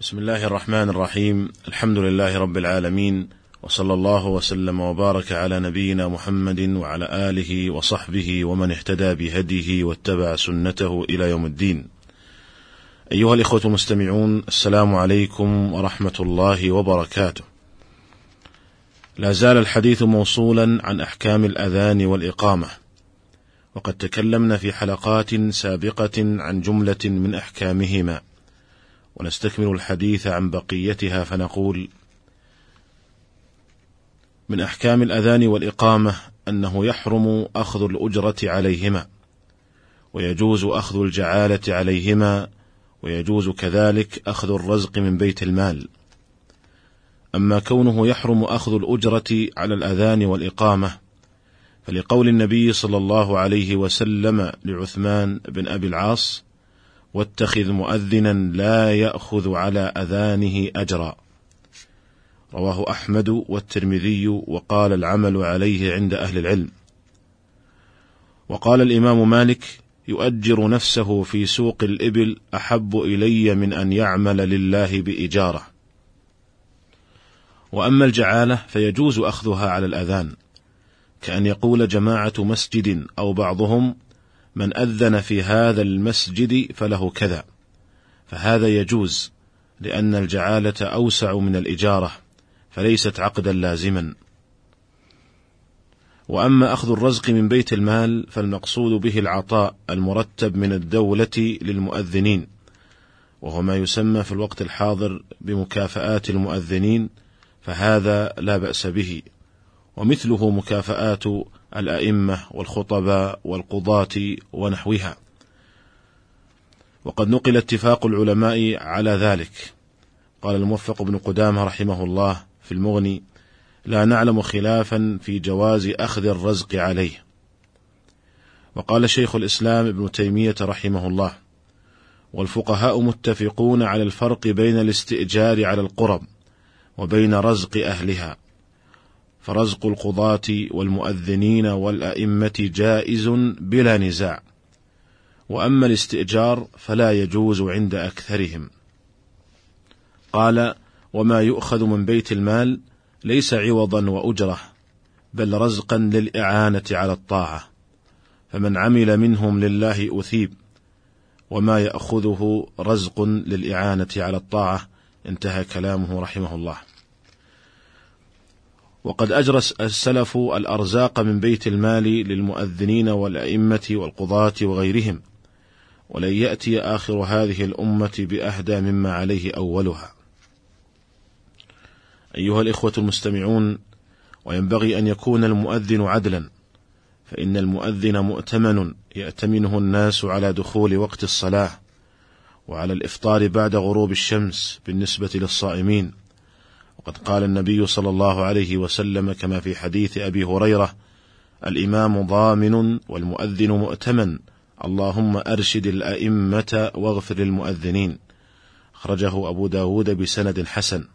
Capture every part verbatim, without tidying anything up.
بسم الله الرحمن الرحيم. الحمد لله رب العالمين، وصلى الله وسلم وبارك على نبينا محمد وعلى آله وصحبه ومن اهتدى بهديه واتبع سنته إلى يوم الدين. أيها الإخوة المستمعون، السلام عليكم ورحمة الله وبركاته. لا زال الحديث موصولا عن أحكام الأذان والإقامة، وقد تكلمنا في حلقات سابقة عن جملة من أحكامهما، ونستكمل الحديث عن بقيتها فنقول: من أحكام الأذان والإقامة أنه يحرم أخذ الأجرة عليهما، ويجوز أخذ الجعالة عليهما، ويجوز كذلك أخذ الرزق من بيت المال. أما كونه يحرم أخذ الأجرة على الأذان والإقامة فلقول النبي صلى الله عليه وسلم لعثمان بن أبي العاص: واتخذ مؤذنا لا يأخذ على أذانه أجرا، رواه أحمد والترمذي، وقال العمل عليه عند أهل العلم. وقال الإمام مالك: يؤجر نفسه في سوق الإبل أحب إلي من أن يعمل لله بإجارة. وأما الجعالة فيجوز أخذها على الأذان، كأن يقول جماعة مسجد أو بعضهم: من أذن في هذا المسجد فله كذا، فهذا يجوز، لأن الجعالة أوسع من الإجارة، فليست عقدا لازما. وأما أخذ الرزق من بيت المال فالمقصود به العطاء المرتب من الدولة للمؤذنين، وهو ما يسمى في الوقت الحاضر بمكافآت المؤذنين، فهذا لا بأس به، ومثله مكافآت الأئمة والخطباء والقضاة ونحوها. وقد نقل اتفاق العلماء على ذلك. قال الموفق بن قدامة رحمه الله في المغني: لا نعلم خلافا في جواز أخذ الرزق عليه. وقال شيخ الإسلام ابن تيمية رحمه الله: والفقهاء متفقون على الفرق بين الاستئجار على القرب وبين رزق أهلها، فرزق القضاة والمؤذنين والأئمة جائز بلا نزاع، وأما الاستئجار فلا يجوز عند أكثرهم. قال: وما يؤخذ من بيت المال ليس عوضا وأجرة، بل رزقا للإعانة على الطاعة، فمن عمل منهم لله أثيب، وما يأخذه رزق للإعانة على الطاعة. انتهى كلامه رحمه الله. وقد أجرى السلف الأرزاق من بيت المال للمؤذنين والأئمة والقضاة وغيرهم، ولن يأتي آخر هذه الأمة بأهدى مما عليه أولها. أيها الإخوة المستمعون، وينبغي أن يكون المؤذن عدلا، فإن المؤذن مؤتمن يأتمنه الناس على دخول وقت الصلاة وعلى الإفطار بعد غروب الشمس بالنسبة للصائمين. وقد قال النبي صلى الله عليه وسلم كما في حديث أبي هريرة: الإمام ضامن والمؤذن مؤتمن، اللهم أرشد الأئمة واغفر للمؤذنين. أخرجه أبو داود بسند حسن.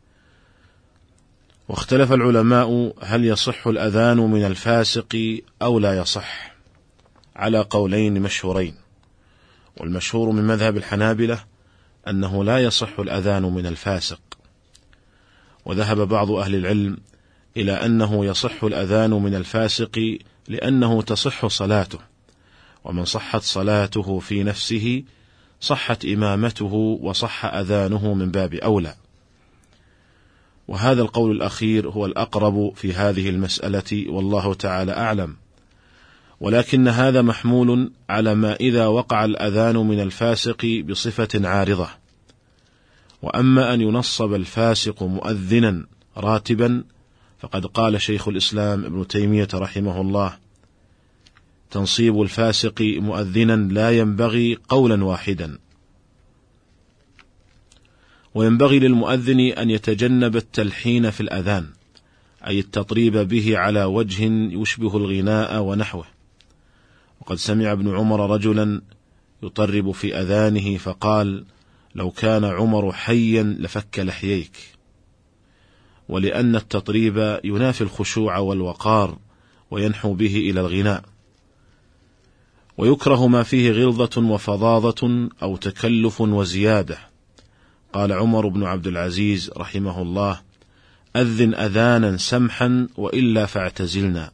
واختلف العلماء هل يصح الأذان من الفاسق أو لا يصح، على قولين مشهورين. والمشهور من مذهب الحنابلة أنه لا يصح الأذان من الفاسق، وذهب بعض أهل العلم إلى أنه يصح الأذان من الفاسق لأنه تصح صلاته، ومن صحت صلاته في نفسه صحت إمامته وصح أذانه من باب أولى. وهذا القول الأخير هو الأقرب في هذه المسألة، والله تعالى أعلم. ولكن هذا محمول على ما إذا وقع الأذان من الفاسق بصفة عارضة. وأما أن ينصب الفاسق مؤذنا راتبا فقد قال شيخ الإسلام ابن تيمية رحمه الله: تنصيب الفاسق مؤذنا لا ينبغي قولا واحدا. وينبغي للمؤذن أن يتجنب التلحين في الأذان، أي التطريب به على وجه يشبه الغناء ونحوه. وقد سمع ابن عمر رجلا يطرب في أذانه فقال: لو كان عمر حيا لفك لحييك. ولأن التطريب ينافي الخشوع والوقار وينحو به إلى الغناء. ويكره ما فيه غلظة وفظاظة أو تكلف وزيادة. قال عمر بن عبد العزيز رحمه الله: أذن أذانا سمحا وإلا فاعتزلنا.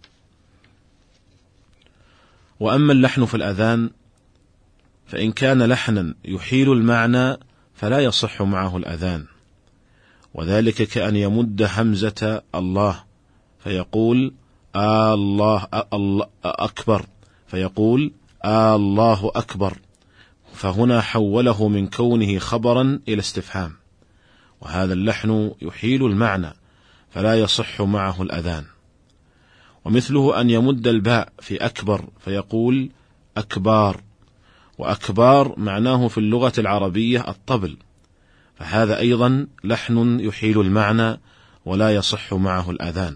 وأما اللحن في الأذان فإن كان لحنا يحيل المعنى فلا يصح معه الأذان، وذلك كأن يمد همزة الله فيقول آه الله الله أكبر، فيقول آه الله أكبر، فهنا حوله من كونه خبرا إلى استفهام، وهذا اللحن يحيل المعنى فلا يصح معه الأذان. ومثله أن يمد الباء في أكبر فيقول أكبار، وأكبار معناه في اللغة العربية الطبل، فهذا أيضا لحن يحيل المعنى ولا يصح معه الأذان.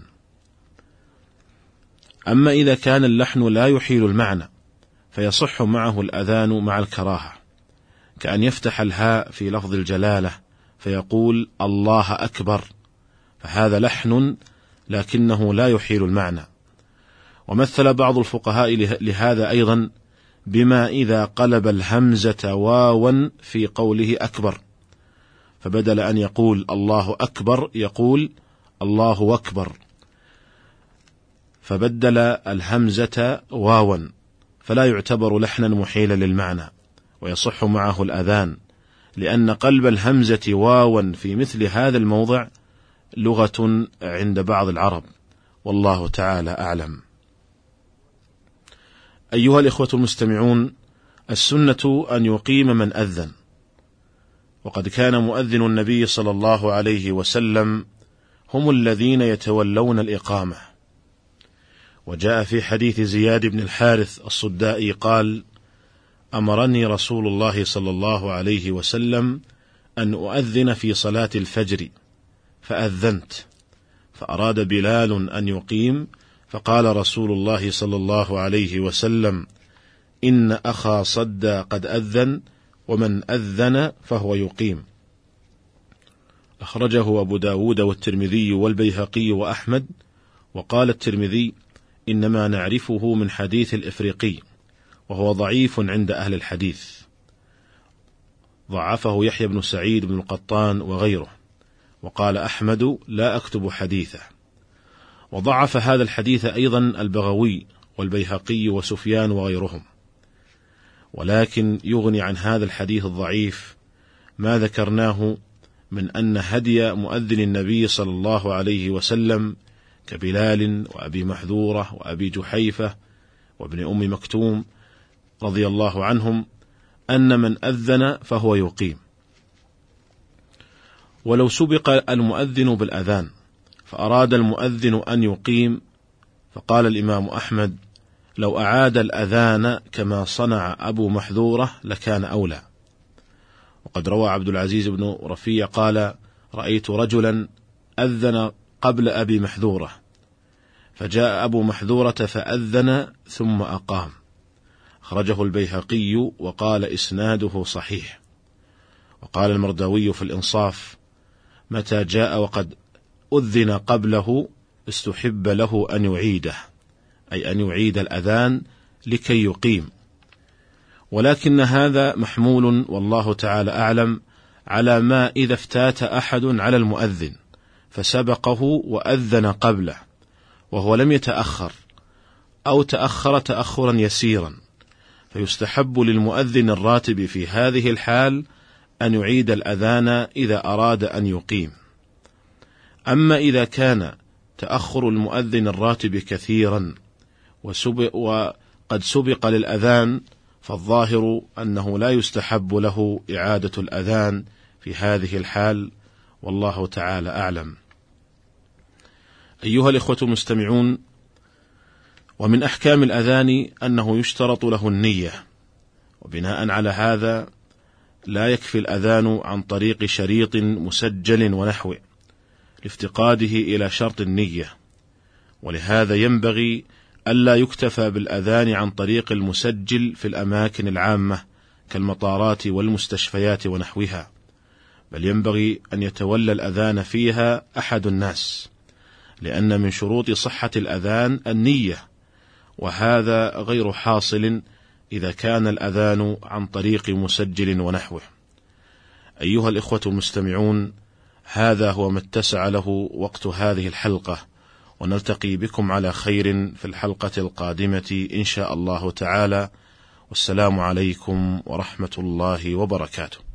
أما إذا كان اللحن لا يحيل المعنى فيصح معه الأذان مع الكراهة، كأن يفتح الهاء في لفظ الجلالة فيقول الله أكبر، فهذا لحن لكنه لا يحيل المعنى. ومثل بعض الفقهاء لهذا أيضا بما إذا قلب الهمزة واوا في قوله أكبر، فبدل أن يقول الله أكبر يقول الله أكبر، فبدل الهمزة واوا، فلا يعتبر لحنا محيلا للمعنى ويصح معه الأذان، لأن قلب الهمزة واوا في مثل هذا الموضع لغة عند بعض العرب، والله تعالى أعلم. أيها الإخوة المستمعون، السنة أن يقيم من أذن، وقد كان مؤذن النبي صلى الله عليه وسلم هم الذين يتولون الإقامة. وجاء في حديث زياد بن الحارث الصدائي قال: أمرني رسول الله صلى الله عليه وسلم أن أؤذن في صلاة الفجر، فأذنت، فأراد بلال أن يقيم، فقال رسول الله صلى الله عليه وسلم: إن أخا صدى قد أذن، ومن أذن فهو يقيم. أخرجه أبو داود والترمذي والبيهقي وأحمد. وقال الترمذي: إنما نعرفه من حديث الإفريقي، وهو ضعيف عند أهل الحديث، ضعفه يحيى بن سعيد بن القطان وغيره. وقال أحمد: لا أكتب حديثه. وضعف هذا الحديث أيضا البغوي والبيهقي وسفيان وغيرهم. ولكن يغني عن هذا الحديث الضعيف ما ذكرناه من أن هدي مؤذن النبي صلى الله عليه وسلم كبلال وأبي محذورة وأبي جحيفة وابن أم مكتوم رضي الله عنهم أن من أذن فهو يقيم. ولو سبق المؤذن بالأذان فأراد المؤذن أن يقيم، فقال الإمام أحمد: لو أعاد الأذان كما صنع أبو محذورة لكان أولى. وقد روى عبد العزيز بن رفيع قال: رأيت رجلا أذن قبل أبي محذورة، فجاء أبو محذورة فأذن ثم أقام. أخرجه البيهقي وقال إسناده صحيح. وقال المرداوي في الإنصاف: متى جاء وقد أذن قبله استحب له أن يعيده، أي أن يعيد الأذان لكي يقيم. ولكن هذا محمول والله تعالى أعلم على ما إذا افتات أحد على المؤذن فسبقه وأذن قبله وهو لم يتأخر، أو تأخر تأخرا يسيرا، فيستحب للمؤذن الراتب في هذه الحال أن يعيد الأذان إذا أراد أن يقيم. أما إذا كان تأخر المؤذن الراتب كثيرا وسبق وقد سبق للأذان فالظاهر أنه لا يستحب له إعادة الأذان في هذه الحال، والله تعالى أعلم. أيها الإخوة المستمعون، ومن أحكام الأذان أنه يشترط له النية، وبناء على هذا لا يكفي الأذان عن طريق شريط مسجل ونحوه لافتقاده إلى شرط النية، ولهذا ينبغي ألا يكتفى بالأذان عن طريق المسجل في الأماكن العامة كالمطارات والمستشفيات ونحوها، بل ينبغي أن يتولى الأذان فيها أحد الناس، لأن من شروط صحة الأذان النية، وهذا غير حاصل إذا كان الأذان عن طريق مسجل ونحوه. أيها الإخوة المستمعون، هذا هو ما اتسع له وقت هذه الحلقة، ونلتقي بكم على خير في الحلقة القادمة إن شاء الله تعالى، والسلام عليكم ورحمة الله وبركاته.